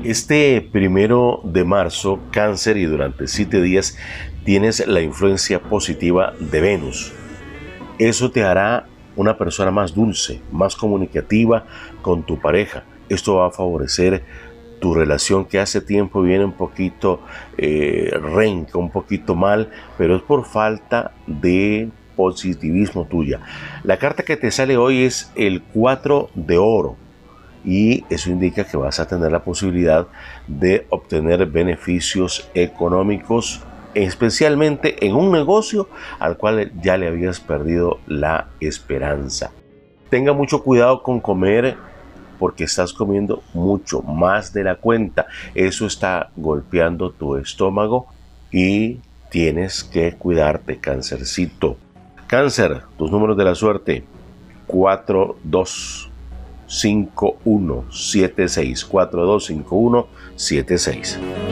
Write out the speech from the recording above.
Este 1 de marzo, Cáncer, y durante 7 días tienes la influencia positiva de Venus. Eso te hará una persona más dulce, más comunicativa con tu pareja. Esto va a favorecer tu relación, que hace tiempo viene un poquito renca, un poquito mal, pero es por falta de positivismo tuya. La carta que te sale hoy es el 4 de oro. Y eso indica que vas a tener la posibilidad de obtener beneficios económicos, especialmente en un negocio al cual ya le habías perdido la esperanza. Tenga mucho cuidado con comer, porque estás comiendo mucho más de la cuenta. Eso está golpeando tu estómago y tienes que cuidarte, Cáncercito. Cáncer, tus números de la suerte: 4, 2, 5, 1, 7, 6, 4, 2, 5, 1, 7, 6.